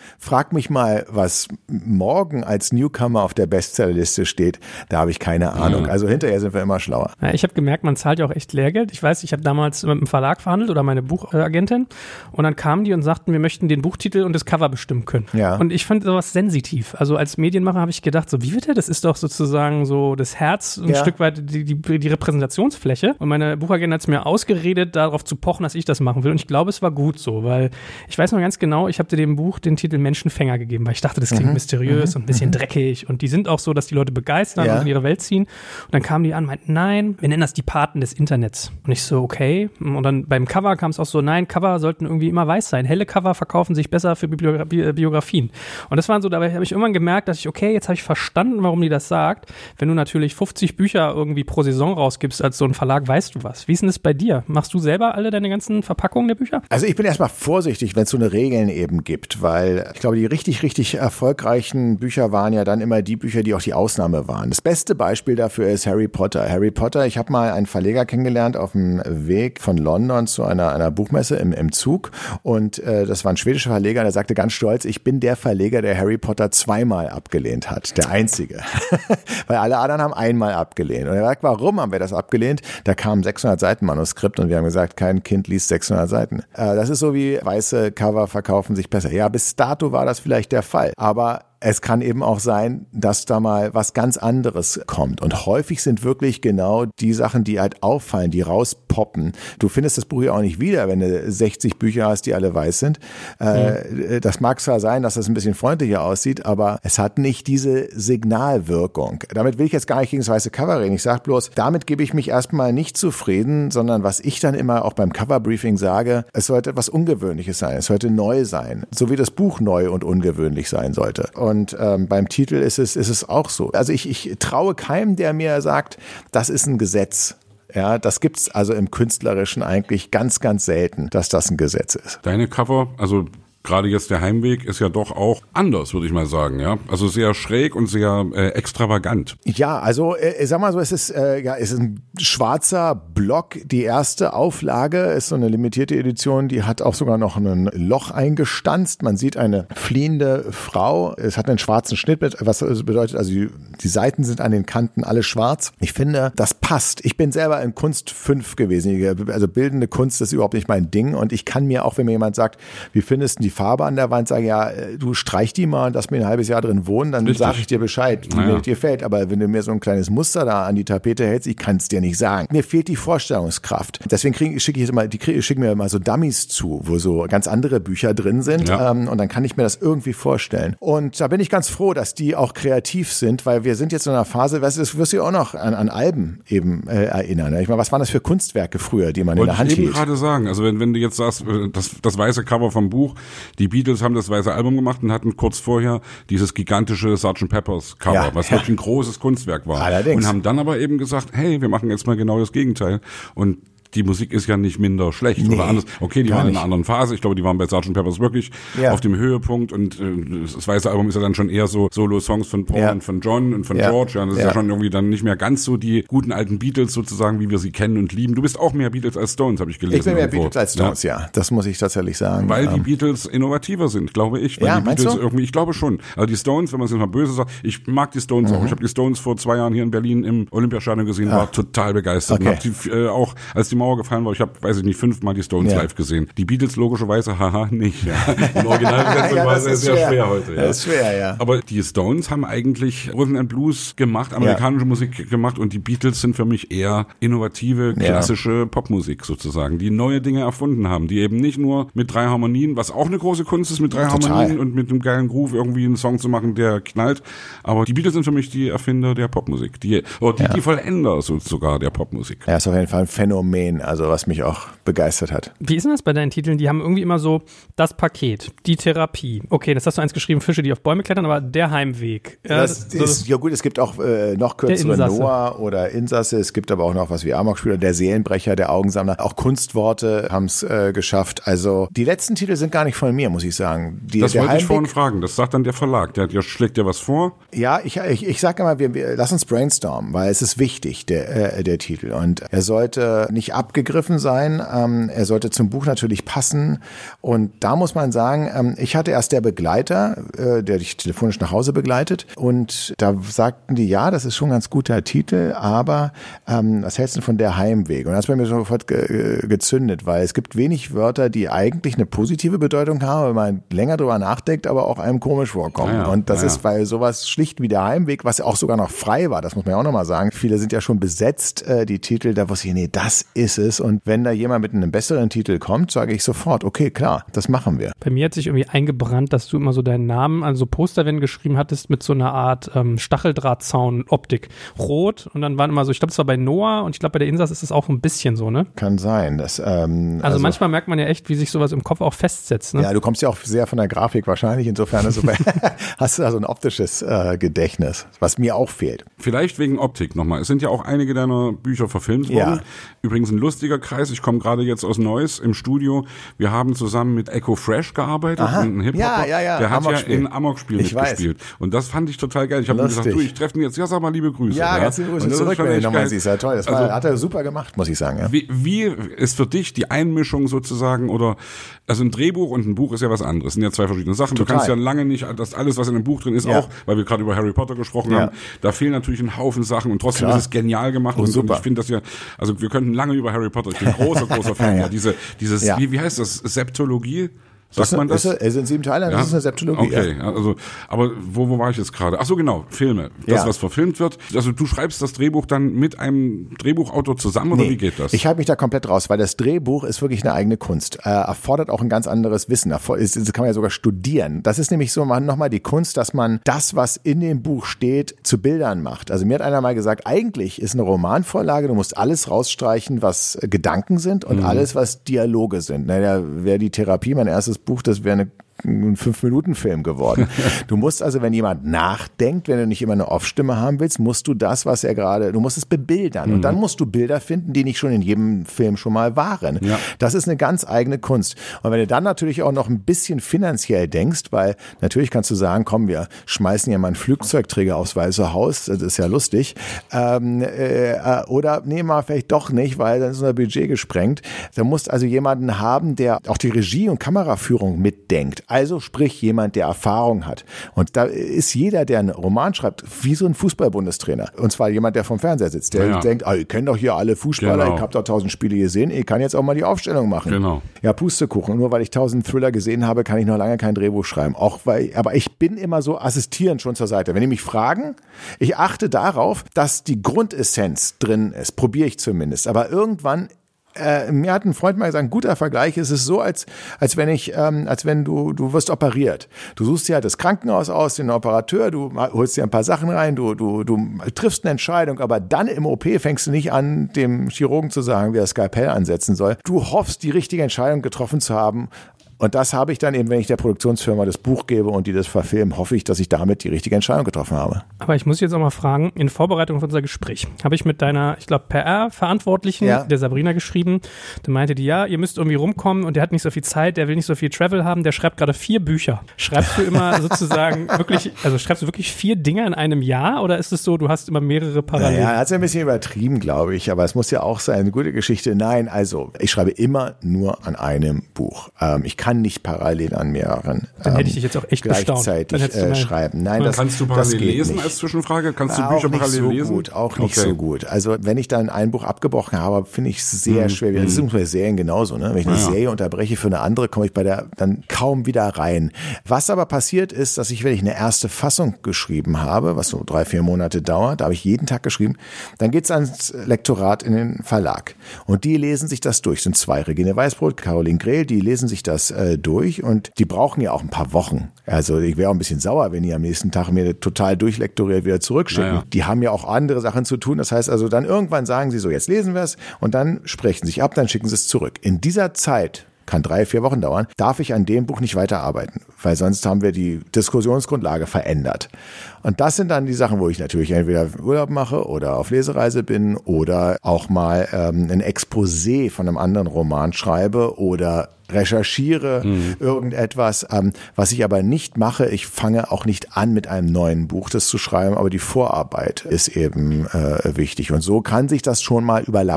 Speaker 3: Frag mich mal, was morgen als Newcomer auf der Bestsellerliste steht. Da habe ich keine Ahnung. Also hinterher sind wir immer schlauer.
Speaker 1: Ja, ich habe gemerkt, man zahlt ja auch echt Lehrgeld. Ich weiß, ich habe damals mit einem Verlag verhandelt oder meine Buchagentin und dann kamen die und sagten, wir möchten den Buchtitel und das Cover bestimmen können.
Speaker 3: Ja.
Speaker 1: Und ich fand sowas sensitiv. Also als Medienmacher habe ich gedacht, so wie bitte? Das ist doch sozusagen so das Herz, ein Stück weit die Repräsentationsfläche. Und meine Buchagentin hat es mir ausgeredet, darauf zu pochen, dass ich das machen will. Und ich glaube, es war gut so, weil ich weiß noch ganz genau, ich habe dem Buch den Titel Menschenfänger gegeben, weil ich dachte, das klingt mysteriös und ein bisschen dreckig. Und die sind auch so, dass die Leute begeistern und in ihre Welt ziehen. Und dann kamen die an und meinten, nein, wir nennen das die Paten des Internets. Und ich so, okay. Und dann beim Cover kam es auch so, nein, Cover sollten irgendwie immer weiß sein. Helle Cover verkaufen sich besser für Biografien. Und das waren so, dabei habe ich irgendwann gemerkt, dass jetzt habe ich verstanden, warum die das sagt. Wenn du natürlich 50 Bücher irgendwie pro Saison rausgibst als so ein Verlag, weißt du was. Wie ist denn das bei dir? Machst du selber alle deine ganzen Verpackungen der Bücher?
Speaker 3: Also ich bin erstmal vorsichtig, wenn es so eine Regeln eben gibt, weil ich glaube, die richtig, richtig erfolgreichen Bücher waren ja dann immer die Bücher, die auch die Ausnahme waren. Das beste Beispiel dafür ist Harry Potter. Harry Potter, ich habe mal einen Verleger kennengelernt auf dem Weg von London zu einer Buchmesse im Zug und das war ein schwedischer Verleger, der sagte ganz stolz, ich bin der Verleger, der Harry Potter 2-mal abgelehnt hat. Der einzige. Weil alle anderen haben einmal abgelehnt. Und er sagt, warum haben wir das abgelehnt? Da kam 600 Seiten Manuskript und wir haben gesagt, kein Kind liest 600 Seiten. Das ist so wie weiße Cover verkaufen sich besser. Ja, bis dato war das vielleicht der Fall. Aber es kann eben auch sein, dass da mal was ganz anderes kommt. Und häufig sind wirklich genau die Sachen, die halt auffallen, die rauspoppen. Du findest das Buch ja auch nicht wieder, wenn du 60 Bücher hast, die alle weiß sind. Das mag zwar sein, dass das ein bisschen freundlicher aussieht, aber es hat nicht diese Signalwirkung. Damit will ich jetzt gar nicht gegen das weiße Cover reden. Ich sage bloß, damit gebe ich mich erstmal nicht zufrieden, sondern was ich dann immer auch beim Coverbriefing sage, es sollte etwas Ungewöhnliches sein, es sollte neu sein. So wie das Buch neu und ungewöhnlich sein sollte. Und beim Titel ist es auch so. Also ich traue keinem, der mir sagt, das ist ein Gesetz. Ja, das gibt's also im Künstlerischen eigentlich ganz, ganz selten, dass das ein Gesetz ist.
Speaker 2: Deine Cover, also gerade jetzt der Heimweg ist ja doch auch anders, würde ich mal sagen, ja. Also sehr schräg und sehr extravagant.
Speaker 3: Ja, also sag mal so, es ist ein schwarzer Block. Die erste Auflage ist so eine limitierte Edition, die hat auch sogar noch ein Loch eingestanzt. Man sieht eine fliehende Frau. Es hat einen schwarzen Schnitt, was bedeutet, also die Seiten sind an den Kanten alle schwarz. Ich finde, das passt. Ich bin selber in Kunst 5 gewesen. Also bildende Kunst ist überhaupt nicht mein Ding. Und ich kann mir auch, wenn mir jemand sagt, wie findest du die Farbe an der Wand, sage ja, du streich die mal und lass mir ein halbes Jahr drin wohnen, dann sage ich dir Bescheid, wie mir dir fällt. Aber wenn du mir so ein kleines Muster da an die Tapete hältst, ich kann es dir nicht sagen. Mir fehlt die Vorstellungskraft. Deswegen schicke ich mir immer so Dummies zu, wo so ganz andere Bücher drin sind und dann kann ich mir das irgendwie vorstellen. Und da bin ich ganz froh, dass die auch kreativ sind, weil wir sind jetzt in einer Phase, weißt du, das wirst du ja auch noch an Alben eben erinnern. Ich meine, was waren das für Kunstwerke früher, die man in der Hand hielt?
Speaker 2: Ich wollte gerade sagen, also wenn du jetzt sagst, das weiße Cover vom Buch, die Beatles haben das weiße Album gemacht und hatten kurz vorher dieses gigantische Sgt. Pepper's Cover, was wirklich ein großes Kunstwerk war.
Speaker 3: Allerdings.
Speaker 2: Und haben dann aber eben gesagt, hey, wir machen jetzt mal genau das Gegenteil. Und die Musik ist ja nicht minder schlecht oder anders. Okay, die waren in einer anderen Phase. Ich glaube, die waren bei Sgt. Pepper's wirklich auf dem Höhepunkt und das weiße Album ist ja dann schon eher so Solo-Songs von Paul und von John und von George. Ja, das ist ja schon irgendwie dann nicht mehr ganz so die guten alten Beatles sozusagen, wie wir sie kennen und lieben. Du bist auch mehr Beatles als Stones, habe ich gelesen.
Speaker 3: Ich bin mehr Beatles als Stones, ja. Das muss ich tatsächlich sagen.
Speaker 2: Weil die Beatles innovativer sind, glaube ich. Weil die Beatles irgendwie, ich glaube schon. Also die Stones, wenn man es jetzt mal böse sagt, ich mag die Stones auch. Ich habe die Stones vor 2 Jahren hier in Berlin im Olympiastadion gesehen, war total begeistert. Und habe die auch, als die Mauer gefallen war, ich habe, weiß ich nicht, 5-mal die Stones live gesehen. Die Beatles logischerweise, nicht. Ja. Im Originalbesetzung war es sehr schwer heute. Ja.
Speaker 3: Das ist schwer, ja.
Speaker 2: Aber die Stones haben eigentlich Rhythm and Blues gemacht, amerikanische Musik gemacht und die Beatles sind für mich eher innovative, klassische Popmusik sozusagen, die neue Dinge erfunden haben, die eben nicht nur mit 3 Harmonien, was auch eine große Kunst ist, mit 3 Harmonien und mit einem geilen Groove irgendwie einen Song zu machen, der knallt. Aber die Beatles sind für mich die Erfinder der Popmusik, die Vollender sogar der Popmusik.
Speaker 3: Ja, ist auf jeden Fall ein Phänomen, also was mich auch begeistert hat.
Speaker 1: Wie ist denn das bei deinen Titeln? Die haben irgendwie immer so das Paket, die Therapie. Okay, das hast du eins geschrieben, Fische, die auf Bäume klettern, aber der Heimweg.
Speaker 3: Ja gut, es gibt auch noch kürzere Noah oder Insasse. Es gibt aber auch noch was wie Amokspieler, der Seelenbrecher, der Augensammler. Auch Kunstworte haben es geschafft. Also die letzten Titel sind gar nicht von mir, muss ich sagen.
Speaker 2: Das wollte ich vorhin fragen. Das sagt dann der Verlag. Der schlägt dir was vor?
Speaker 3: Ja, ich sage immer, wir lass uns brainstormen, weil es ist wichtig, der Titel. Und er sollte nicht abgegriffen sein, er sollte zum Buch natürlich passen. Und da muss man sagen, ich hatte erst der Begleiter, der dich telefonisch nach Hause begleitet. Und da sagten die, ja, das ist schon ein ganz guter Titel, aber was hältst du von der Heimweg? Und das hat bei mir sofort gezündet, weil es gibt wenig Wörter, die eigentlich eine positive Bedeutung haben, wenn man länger drüber nachdenkt, aber auch einem komisch vorkommen. Ja, und das ist, weil sowas schlicht wie der Heimweg, was ja auch sogar noch frei war, das muss man ja auch nochmal sagen. Viele sind ja schon besetzt, die Titel, da wusste ich, nee, das ist es. Und wenn da jemand mit einem besseren Titel kommt, sage ich sofort, okay, klar, das machen wir.
Speaker 1: Bei mir hat sich irgendwie eingebrannt, dass du immer so deinen Namen an so Posterwänden geschrieben hattest mit so einer Art Stacheldrahtzaun-Optik. Rot und dann waren immer so, ich glaube, es war bei Noah und ich glaube, bei der Insas ist es auch ein bisschen so, ne?
Speaker 3: Kann sein.
Speaker 1: Also manchmal merkt man ja echt, wie sich sowas im Kopf auch festsetzt, ne?
Speaker 3: Ja, du kommst ja auch sehr von der Grafik wahrscheinlich, insofern hast du da so ein optisches Gedächtnis, was mir auch fehlt.
Speaker 2: Vielleicht wegen Optik nochmal. Es sind ja auch einige deiner Bücher verfilmt worden. Ja. Übrigens ein lustiger Kreis. Ich komme gerade jetzt aus Neuss im Studio. Wir haben zusammen mit Echo Fresh gearbeitet, ein Hip-Hopper.
Speaker 3: Ja.
Speaker 2: Der hat ja in Amok-Spiel mitgespielt. Und das fand ich total geil. Ich habe ihm gesagt, du, ich treffe ihn jetzt. Ja, sag mal liebe Grüße.
Speaker 3: Ja, ganz liebe Grüße zurück, wenn du nochmal siehst. Ja, toll. Das hat er super gemacht, muss ich sagen. Ja.
Speaker 2: Wie ist für dich die Einmischung sozusagen oder, also ein Drehbuch und ein Buch ist ja was anderes. Das sind ja zwei verschiedene Sachen.
Speaker 3: Total.
Speaker 2: Du kannst ja lange nicht, das alles, was in einem Buch drin ist, auch, weil wir gerade über Harry Potter gesprochen haben, da fehlen natürlich ein Haufen Sachen und trotzdem ist es genial gemacht. Und ich finde das ja, also wir könnten lange über Harry Potter, ich bin großer Fan. Ja. Dieses, wie heißt das? Septologie? Sagt man das?
Speaker 3: Es sind 7 Teile, das ist eine Septologie.
Speaker 2: Okay, also, aber wo war ich jetzt gerade? Ach so, genau, Filme. Das, was verfilmt wird. Also du schreibst das Drehbuch dann mit einem Drehbuchautor zusammen oder wie geht das?
Speaker 3: Ich halte mich da komplett raus, weil das Drehbuch ist wirklich eine eigene Kunst. Erfordert auch ein ganz anderes Wissen. Das kann man ja sogar studieren. Das ist nämlich so nochmal die Kunst, dass man das, was in dem Buch steht, zu Bildern macht. Also mir hat einer mal gesagt, eigentlich ist eine Romanvorlage, du musst alles rausstreichen, was Gedanken sind und alles, was Dialoge sind. Naja, wäre die Therapie mein erstes Buch, das wäre ein 5-Minuten-Film geworden. Du musst also, wenn jemand nachdenkt, wenn du nicht immer eine Off-Stimme haben willst, musst du das, was er gerade, du musst es bebildern. Und dann musst du Bilder finden, die nicht schon in jedem Film schon mal waren. Ja. Das ist eine ganz eigene Kunst. Und wenn du dann natürlich auch noch ein bisschen finanziell denkst, weil natürlich kannst du sagen, komm, wir schmeißen ja mal einen Flugzeugträger aufs Weiße Haus, das ist ja lustig. Oder nee, mal vielleicht doch nicht, weil dann ist unser Budget gesprengt. Da musst also jemanden haben, der auch die Regie und Kameraführung mitdenkt. Also sprich jemand, der Erfahrung hat. Und da ist jeder, der einen Roman schreibt, wie so ein Fußball-Bundestrainer. Und zwar jemand, der vom Fernseher sitzt, der denkt, ihr kennt doch hier alle Fußballer, ich habe doch 1000 Spiele gesehen, ich kann jetzt auch mal die Aufstellung machen.
Speaker 2: Genau.
Speaker 3: Ja, Pustekuchen. Und nur weil ich 1000 Thriller gesehen habe, kann ich noch lange kein Drehbuch schreiben. Aber ich bin immer so assistierend schon zur Seite. Wenn die mich fragen, ich achte darauf, dass die Grundessenz drin ist. Probiere ich zumindest. Aber irgendwann mir hat ein Freund mal gesagt, ein guter Vergleich ist es so, als wenn du wirst operiert. Du suchst dir halt das Krankenhaus aus, den Operateur, du holst dir ein paar Sachen rein, du triffst eine Entscheidung, aber dann im OP fängst du nicht an, dem Chirurgen zu sagen, wie er das Skalpell ansetzen soll. Du hoffst, die richtige Entscheidung getroffen zu haben. Und das habe ich dann eben, wenn ich der Produktionsfirma das Buch gebe und die das verfilmen, hoffe ich, dass ich damit die richtige Entscheidung getroffen habe.
Speaker 1: Aber ich muss jetzt auch mal fragen, in Vorbereitung auf unser Gespräch habe ich mit deiner, ich glaube, PR-Verantwortlichen, der Sabrina, geschrieben. Da meinte die, ja, ihr müsst irgendwie rumkommen und der hat nicht so viel Zeit, der will nicht so viel Travel haben, der schreibt gerade 4 Bücher. Schreibst du immer sozusagen wirklich, also schreibst du wirklich 4 Dinge in einem Jahr oder ist es so, du hast immer mehrere parallel?
Speaker 3: Ja, er hat es ein bisschen übertrieben, glaube ich, aber es muss ja auch sein, eine gute Geschichte. Nein, also ich schreibe immer nur an einem Buch. Ich kann nicht parallel an mehreren
Speaker 1: dann hätte ich dich jetzt auch echt
Speaker 3: gleichzeitig schreiben. Nein,
Speaker 2: kannst du parallel lesen als Zwischenfrage? Kannst du Bücher parallel lesen?
Speaker 3: Auch nicht so gut. Also wenn ich dann ein Buch abgebrochen habe, finde ich es sehr schwer. Das ist bei Serien genauso. Ne? Wenn ich eine Serie unterbreche für eine andere, komme ich dann kaum wieder rein. Was aber passiert ist, dass wenn ich eine erste Fassung geschrieben habe, was so 3-4 Monate dauert, da habe ich jeden Tag geschrieben, dann geht's ans Lektorat in den Verlag. Und die lesen sich das durch. Das sind 2, Regine Weißbrot, Caroline Grehl, die lesen sich das durch und die brauchen ja auch ein paar Wochen. Also ich wäre auch ein bisschen sauer, wenn die am nächsten Tag mir total durchlektoriert wieder zurückschicken. Naja. Die haben ja auch andere Sachen zu tun. Das heißt also dann irgendwann sagen sie so, jetzt lesen wir es und dann sprechen sie sich ab, dann schicken sie es zurück. In dieser Zeit, kann 3-4 Wochen dauern, darf ich an dem Buch nicht weiterarbeiten, weil sonst haben wir die Diskussionsgrundlage verändert. Und das sind dann die Sachen, wo ich natürlich entweder Urlaub mache oder auf Lesereise bin oder auch mal ein Exposé von einem anderen Roman schreibe oder recherchiere irgendetwas, was ich aber nicht mache. Ich fange auch nicht an, mit einem neuen Buch das zu schreiben, aber die Vorarbeit ist eben wichtig. Und so kann sich das schon mal überlappen.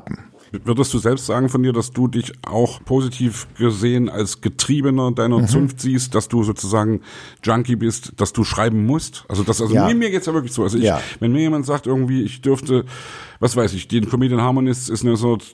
Speaker 2: Würdest du selbst sagen von dir, dass du dich auch positiv gesehen als Getriebener deiner Zunft siehst, dass du sozusagen Junkie bist, dass du schreiben musst? Mir geht's ja wirklich so. Also wenn mir jemand sagt irgendwie, ich dürfte, was weiß ich, den Comedian Harmonists ist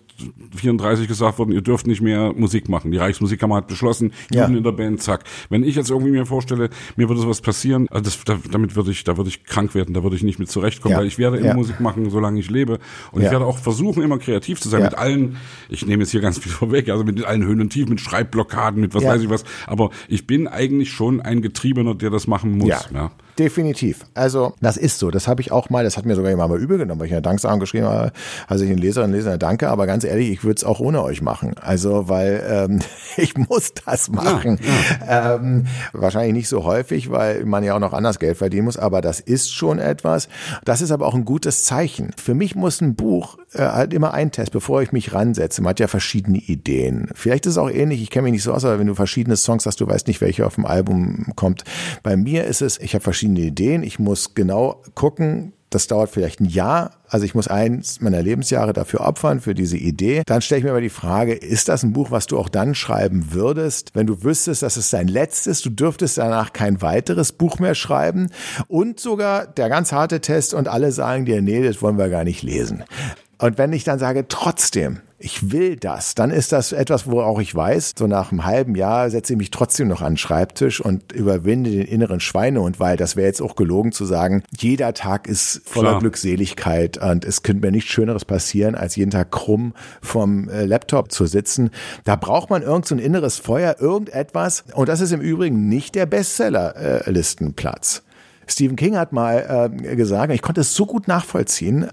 Speaker 2: 1934 gesagt worden, ihr dürft nicht mehr Musik machen. Die Reichsmusikkammer hat beschlossen, Juden in der Band, zack. Wenn ich jetzt irgendwie mir vorstelle, mir würde sowas passieren, also da würde ich krank werden, da würde ich nicht mit zurechtkommen, weil ich werde immer Musik machen, solange ich lebe. Und ich werde auch versuchen, immer kreativ zu sein, mit allen, ich nehme jetzt hier ganz viel vorweg, also mit allen Höhen und Tiefen, mit Schreibblockaden, mit was weiß ich was, aber ich bin eigentlich schon ein Getriebener, der das machen muss. Ja.
Speaker 3: Definitiv. Also das ist so. Das habe ich auch mal, das hat mir sogar jemand mal übel genommen, weil ich eine Danksagung geschrieben habe, also ich den Leserinnen und Lesern danke, aber ganz ehrlich, ich würde es auch ohne euch machen. Also weil ich muss das machen. Ja. Wahrscheinlich nicht so häufig, weil man ja auch noch anders Geld verdienen muss, aber das ist schon etwas. Das ist aber auch ein gutes Zeichen. Für mich muss ein Buch halt immer ein Test, bevor ich mich ransetze. Man hat ja verschiedene Ideen. Vielleicht ist es auch ähnlich, ich kenne mich nicht so aus, aber wenn du verschiedene Songs hast, du weißt nicht, welche auf dem Album kommt. Bei mir ist es, ich habe verschiedene Ideen, ich muss genau gucken, das dauert vielleicht ein Jahr, also ich muss eins meiner Lebensjahre dafür opfern, für diese Idee. Dann stelle ich mir aber die Frage, ist das ein Buch, was du auch dann schreiben würdest, wenn du wüsstest, dass es dein letztes, du dürftest danach kein weiteres Buch mehr schreiben und sogar der ganz harte Test und alle sagen dir, nee, das wollen wir gar nicht lesen. Und wenn ich dann sage, trotzdem, ich will das, dann ist das etwas, wo auch ich weiß, so nach einem halben Jahr setze ich mich trotzdem noch an den Schreibtisch und überwinde den inneren Schweinehund, weil das wäre jetzt auch gelogen zu sagen, jeder Tag ist voller Glückseligkeit und es könnte mir nichts Schöneres passieren, als jeden Tag krumm vom Laptop zu sitzen. Da braucht man irgend so ein inneres Feuer, irgendetwas und das ist im Übrigen nicht der Bestseller-Listenplatz. Stephen King hat mal gesagt, ich konnte es so gut nachvollziehen,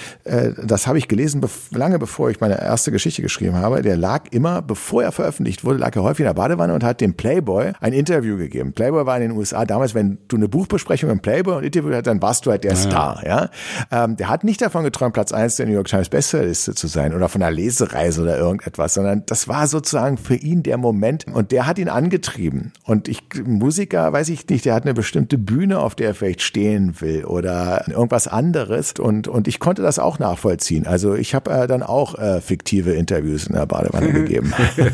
Speaker 3: das habe ich gelesen, lange bevor ich meine erste Geschichte geschrieben habe, der lag immer, bevor er veröffentlicht wurde, lag er häufig in der Badewanne und hat dem Playboy ein Interview gegeben. Playboy war in den USA damals, wenn du eine Buchbesprechung im Playboy und Interview hattest, dann warst du halt der Star. Ja? Der hat nicht davon geträumt, Platz 1 der New York Times Bestsellerliste zu sein oder von einer Lesereise oder irgendetwas, sondern das war sozusagen für ihn der Moment und der hat ihn angetrieben. Und Musiker, weiß ich nicht, der hat eine bestimmte Bühne, auf der er vielleicht stehen will oder irgendwas anderes und ich konnte das auch nachvollziehen. Also ich habe dann auch fiktive Interviews in der Badewanne gegeben.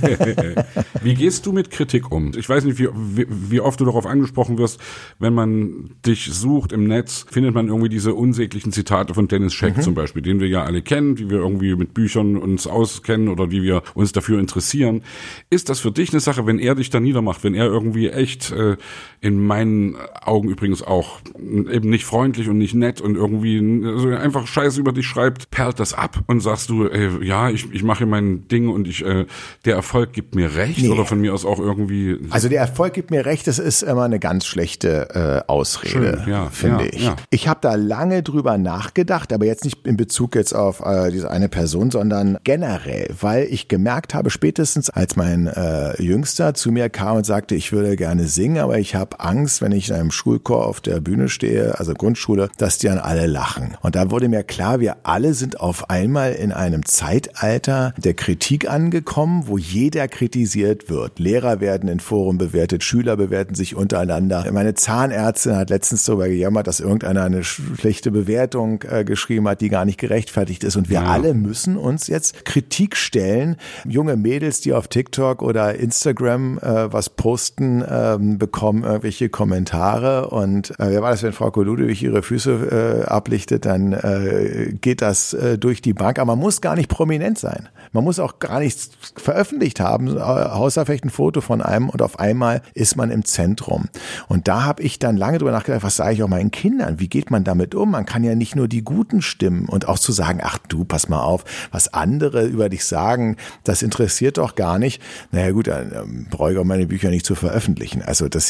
Speaker 2: Wie gehst du mit Kritik um? Ich weiß nicht, wie oft du darauf angesprochen wirst, wenn man dich sucht im Netz, findet man irgendwie diese unsäglichen Zitate von Dennis Scheck zum Beispiel, den wir ja alle kennen, die wir irgendwie mit Büchern uns auskennen oder wie wir uns dafür interessieren. Ist das für dich eine Sache, wenn er dich da niedermacht, wenn er irgendwie echt in meinen Augen übrigens auch eben nicht freundlich und nicht nett und irgendwie also einfach Scheiße über dich schreibt, perlt das ab und sagst du, ich mache mein Ding und der Erfolg gibt mir recht oder von mir aus auch irgendwie...
Speaker 3: Also der Erfolg gibt mir recht, das ist immer eine ganz schlechte Ausrede, finde ich. Ja. Ich habe da lange drüber nachgedacht, aber jetzt nicht in Bezug jetzt auf diese eine Person, sondern generell, weil ich gemerkt habe, spätestens als mein Jüngster zu mir kam und sagte, ich würde gerne singen, aber ich habe Angst, wenn ich in einem Schulchor auf der Bühne stehe, also Grundschule, dass die dann alle lachen. Und da wurde mir klar, wir alle sind auf einmal in einem Zeitalter der Kritik angekommen, wo jeder kritisiert wird. Lehrer werden in Foren bewertet, Schüler bewerten sich untereinander. Meine Zahnärztin hat letztens darüber gejammert, dass irgendeiner eine schlechte Bewertung geschrieben hat, die gar nicht gerechtfertigt ist. Und wir alle müssen uns jetzt Kritik stellen. Junge Mädels, die auf TikTok oder Instagram was posten, bekommen irgendwelche Kommentare und wer war das, wenn Frau Ludwig ihre Füße ablichtet, dann geht das durch die Bank. Aber man muss gar nicht prominent sein. Man muss auch gar nichts veröffentlicht haben, außer vielleicht ein Foto von einem und auf einmal ist man im Zentrum. Und da habe ich dann lange drüber nachgedacht, was sage ich auch meinen Kindern? Wie geht man damit um? Man kann ja nicht nur die guten Stimmen und auch zu sagen, ach du, pass mal auf, was andere über dich sagen, das interessiert doch gar nicht. Naja gut, dann brauche ich auch meine Bücher nicht zu veröffentlichen. Also das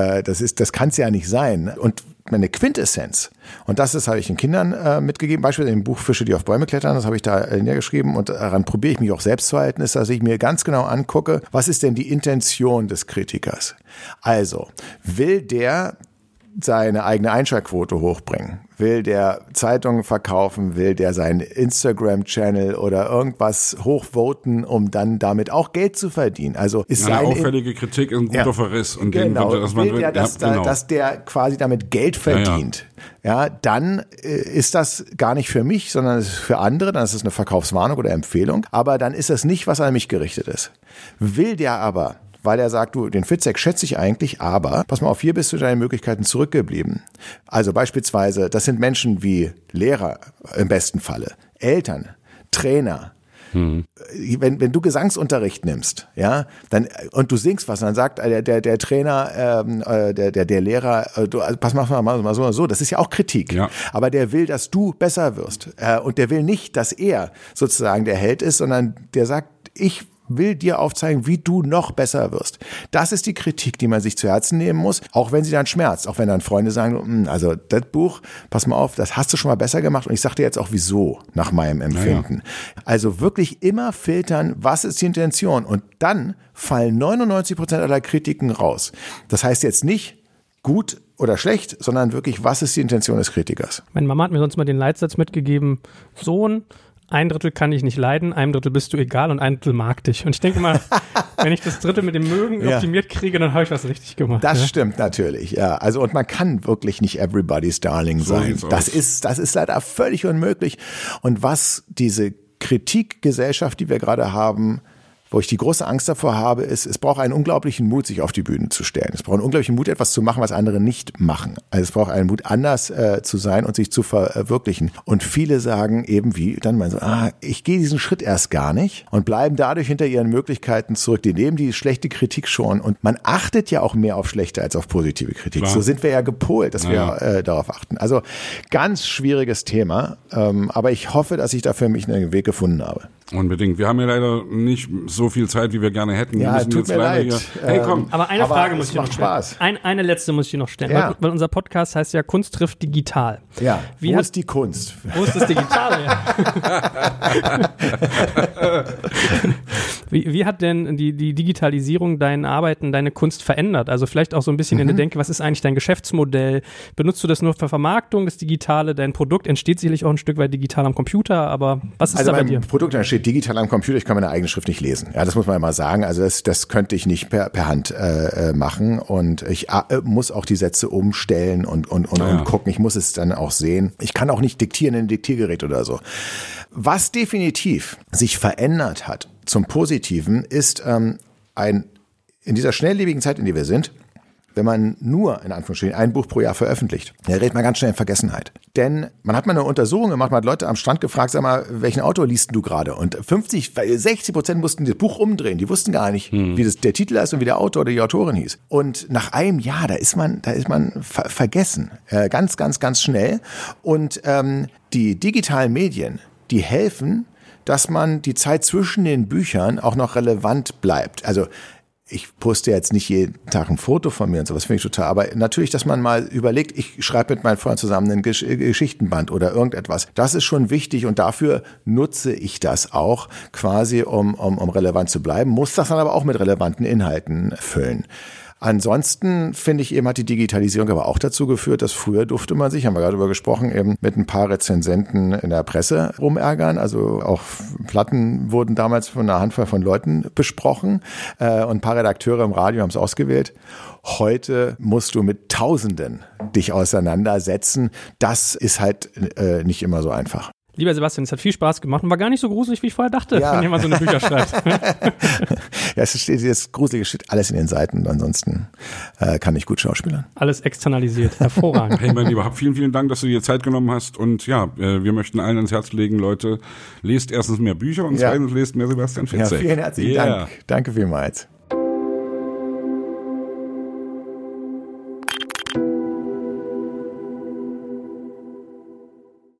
Speaker 3: das kann es ja nicht sein. Und meine Quintessenz, und das habe ich den Kindern mitgegeben, beispielsweise im Buch Fische, die auf Bäume klettern, das habe ich da niedergeschrieben und daran probiere ich mich auch selbst zu halten, ist, dass ich mir ganz genau angucke, was ist denn die Intention des Kritikers? Also, will der seine eigene Einschaltquote hochbringen? Will der Zeitungen verkaufen? Will der seinen Instagram-Channel oder irgendwas hochvoten, um dann damit auch Geld zu verdienen? Also ist
Speaker 2: eine auffällige Kritik ist ein guter Verriss. Und
Speaker 3: genau, dass der quasi damit Geld verdient. Ja, dann ist das gar nicht für mich, sondern es ist für andere. Dann ist es eine Verkaufswarnung oder Empfehlung. Aber dann ist das nicht, was an mich gerichtet ist. Will der aber, weil er sagt, du, den Fitzek schätze ich eigentlich, aber pass mal auf, hier bist du deinen Möglichkeiten zurückgeblieben. Also beispielsweise, das sind Menschen wie Lehrer im besten Falle, Eltern, Trainer. Wenn du Gesangsunterricht nimmst, ja, dann und du singst was, dann sagt der Trainer, der Lehrer, du, pass mal so, das ist ja auch Kritik. Ja. Aber der will, dass du besser wirst. Und der will nicht, dass er sozusagen der Held ist, sondern der sagt, ich will dir aufzeigen, wie du noch besser wirst. Das ist die Kritik, die man sich zu Herzen nehmen muss, auch wenn sie dann schmerzt. Auch wenn dann Freunde sagen, also das Buch, pass mal auf, das hast du schon mal besser gemacht und ich sag dir jetzt auch wieso, nach meinem Empfinden. Ja. Also wirklich immer filtern, was ist die Intention? Und dann fallen 99% aller Kritiken raus. Das heißt jetzt nicht gut oder schlecht, sondern wirklich, was ist die Intention des Kritikers?
Speaker 1: Meine Mama hat mir sonst mal den Leitsatz mitgegeben, Sohn, 1/3 kann ich nicht leiden, 1/3 bist du egal und 1/3 mag dich. Und ich denke mal, wenn ich das 1/3 mit dem Mögen optimiert kriege, dann habe ich was richtig gemacht.
Speaker 3: Das stimmt natürlich, ja. Also und man kann wirklich nicht everybody's darling sein. Das ist leider völlig unmöglich. Und was diese Kritikgesellschaft, die wir gerade haben, wo ich die große Angst davor habe, ist, es braucht einen unglaublichen Mut, sich auf die Bühne zu stellen. Es braucht einen unglaublichen Mut, etwas zu machen, was andere nicht machen. Also es braucht einen Mut, anders zu sein und sich zu verwirklichen. Und viele sagen eben wie, dann mal so, ich gehe diesen Schritt erst gar nicht und bleiben dadurch hinter ihren Möglichkeiten zurück. Die nehmen die schlechte Kritik schon. Und man achtet ja auch mehr auf schlechte als auf positive Kritik. Klar. So sind wir ja gepolt, dass wir darauf achten. Also ganz schwieriges Thema. Aber ich hoffe, dass ich da für mich einen Weg gefunden habe.
Speaker 2: Unbedingt. Wir haben ja leider nicht so viel Zeit, wie wir gerne hätten.
Speaker 3: Ja, tut mir leid.
Speaker 1: Hey, komm. Aber eine Frage muss ich noch stellen. Eine letzte muss ich noch stellen, weil unser Podcast heißt ja Kunst trifft digital.
Speaker 3: Ja, wo ist die Kunst?
Speaker 1: Wo ist das Digitale? Wie hat denn die Digitalisierung dein Arbeiten, deine Kunst verändert? Also vielleicht auch so ein bisschen in der Denke, was ist eigentlich dein Geschäftsmodell? Benutzt du das nur für Vermarktung, das Digitale? Dein Produkt entsteht sicherlich auch ein Stück weit digital am Computer, aber was ist da bei dir?
Speaker 3: Produkt entsteht digital am Computer, ich kann meine eigene Schrift nicht lesen. Ja, das muss man ja mal sagen. Also das könnte ich nicht per Hand machen und ich muss auch die Sätze umstellen und gucken. Ich muss es dann auch sehen. Ich kann auch nicht diktieren in ein Diktiergerät oder so. Was definitiv sich verändert hat zum Positiven ist in dieser schnelllebigen Zeit, in der wir sind, wenn man nur, in Anführungsstrichen, ein Buch pro Jahr veröffentlicht, dann gerät man ganz schnell in Vergessenheit. Denn man hat mal eine Untersuchung gemacht, man hat Leute am Strand gefragt, sag mal, welchen Autor liest du gerade? Und 60% mussten das Buch umdrehen. Die wussten gar nicht, wie der Titel ist und wie der Autor oder die Autorin hieß. Und nach einem Jahr, da ist man vergessen. Ganz, ganz, ganz schnell. Und die digitalen Medien, die helfen, dass man die Zeit zwischen den Büchern auch noch relevant bleibt. Also ich poste jetzt nicht jeden Tag ein Foto von mir und sowas, finde ich total. Aber natürlich, dass man mal überlegt, ich schreibe mit meinen Freunden zusammen ein Geschichtenband oder irgendetwas. Das ist schon wichtig und dafür nutze ich das auch quasi, um relevant zu bleiben. Muss das dann aber auch mit relevanten Inhalten füllen. Ansonsten finde ich eben, hat die Digitalisierung aber auch dazu geführt, dass früher durfte man sich, haben wir gerade darüber gesprochen, eben mit ein paar Rezensenten in der Presse rumärgern. Also auch Platten wurden damals von einer Handvoll von Leuten besprochen und ein paar Redakteure im Radio haben es ausgewählt. Heute musst du mit Tausenden dich auseinandersetzen. Das ist halt nicht immer so einfach.
Speaker 1: Lieber Sebastian, es hat viel Spaß gemacht und war gar nicht so gruselig, wie ich vorher dachte, wenn jemand so eine Bücher schreibt.
Speaker 3: Ja, es steht jetzt gruselige Shit alles in den Seiten und ansonsten kann ich gut schauspielern.
Speaker 1: Alles externalisiert, hervorragend.
Speaker 2: Hey, mein Lieber, vielen, vielen Dank, dass du dir Zeit genommen hast und ja, wir möchten allen ans Herz legen, Leute, lest erstens mehr Bücher und zweitens lest mehr Sebastian Fitzek.
Speaker 3: Ja, vielen herzlichen Dank. Danke vielmals.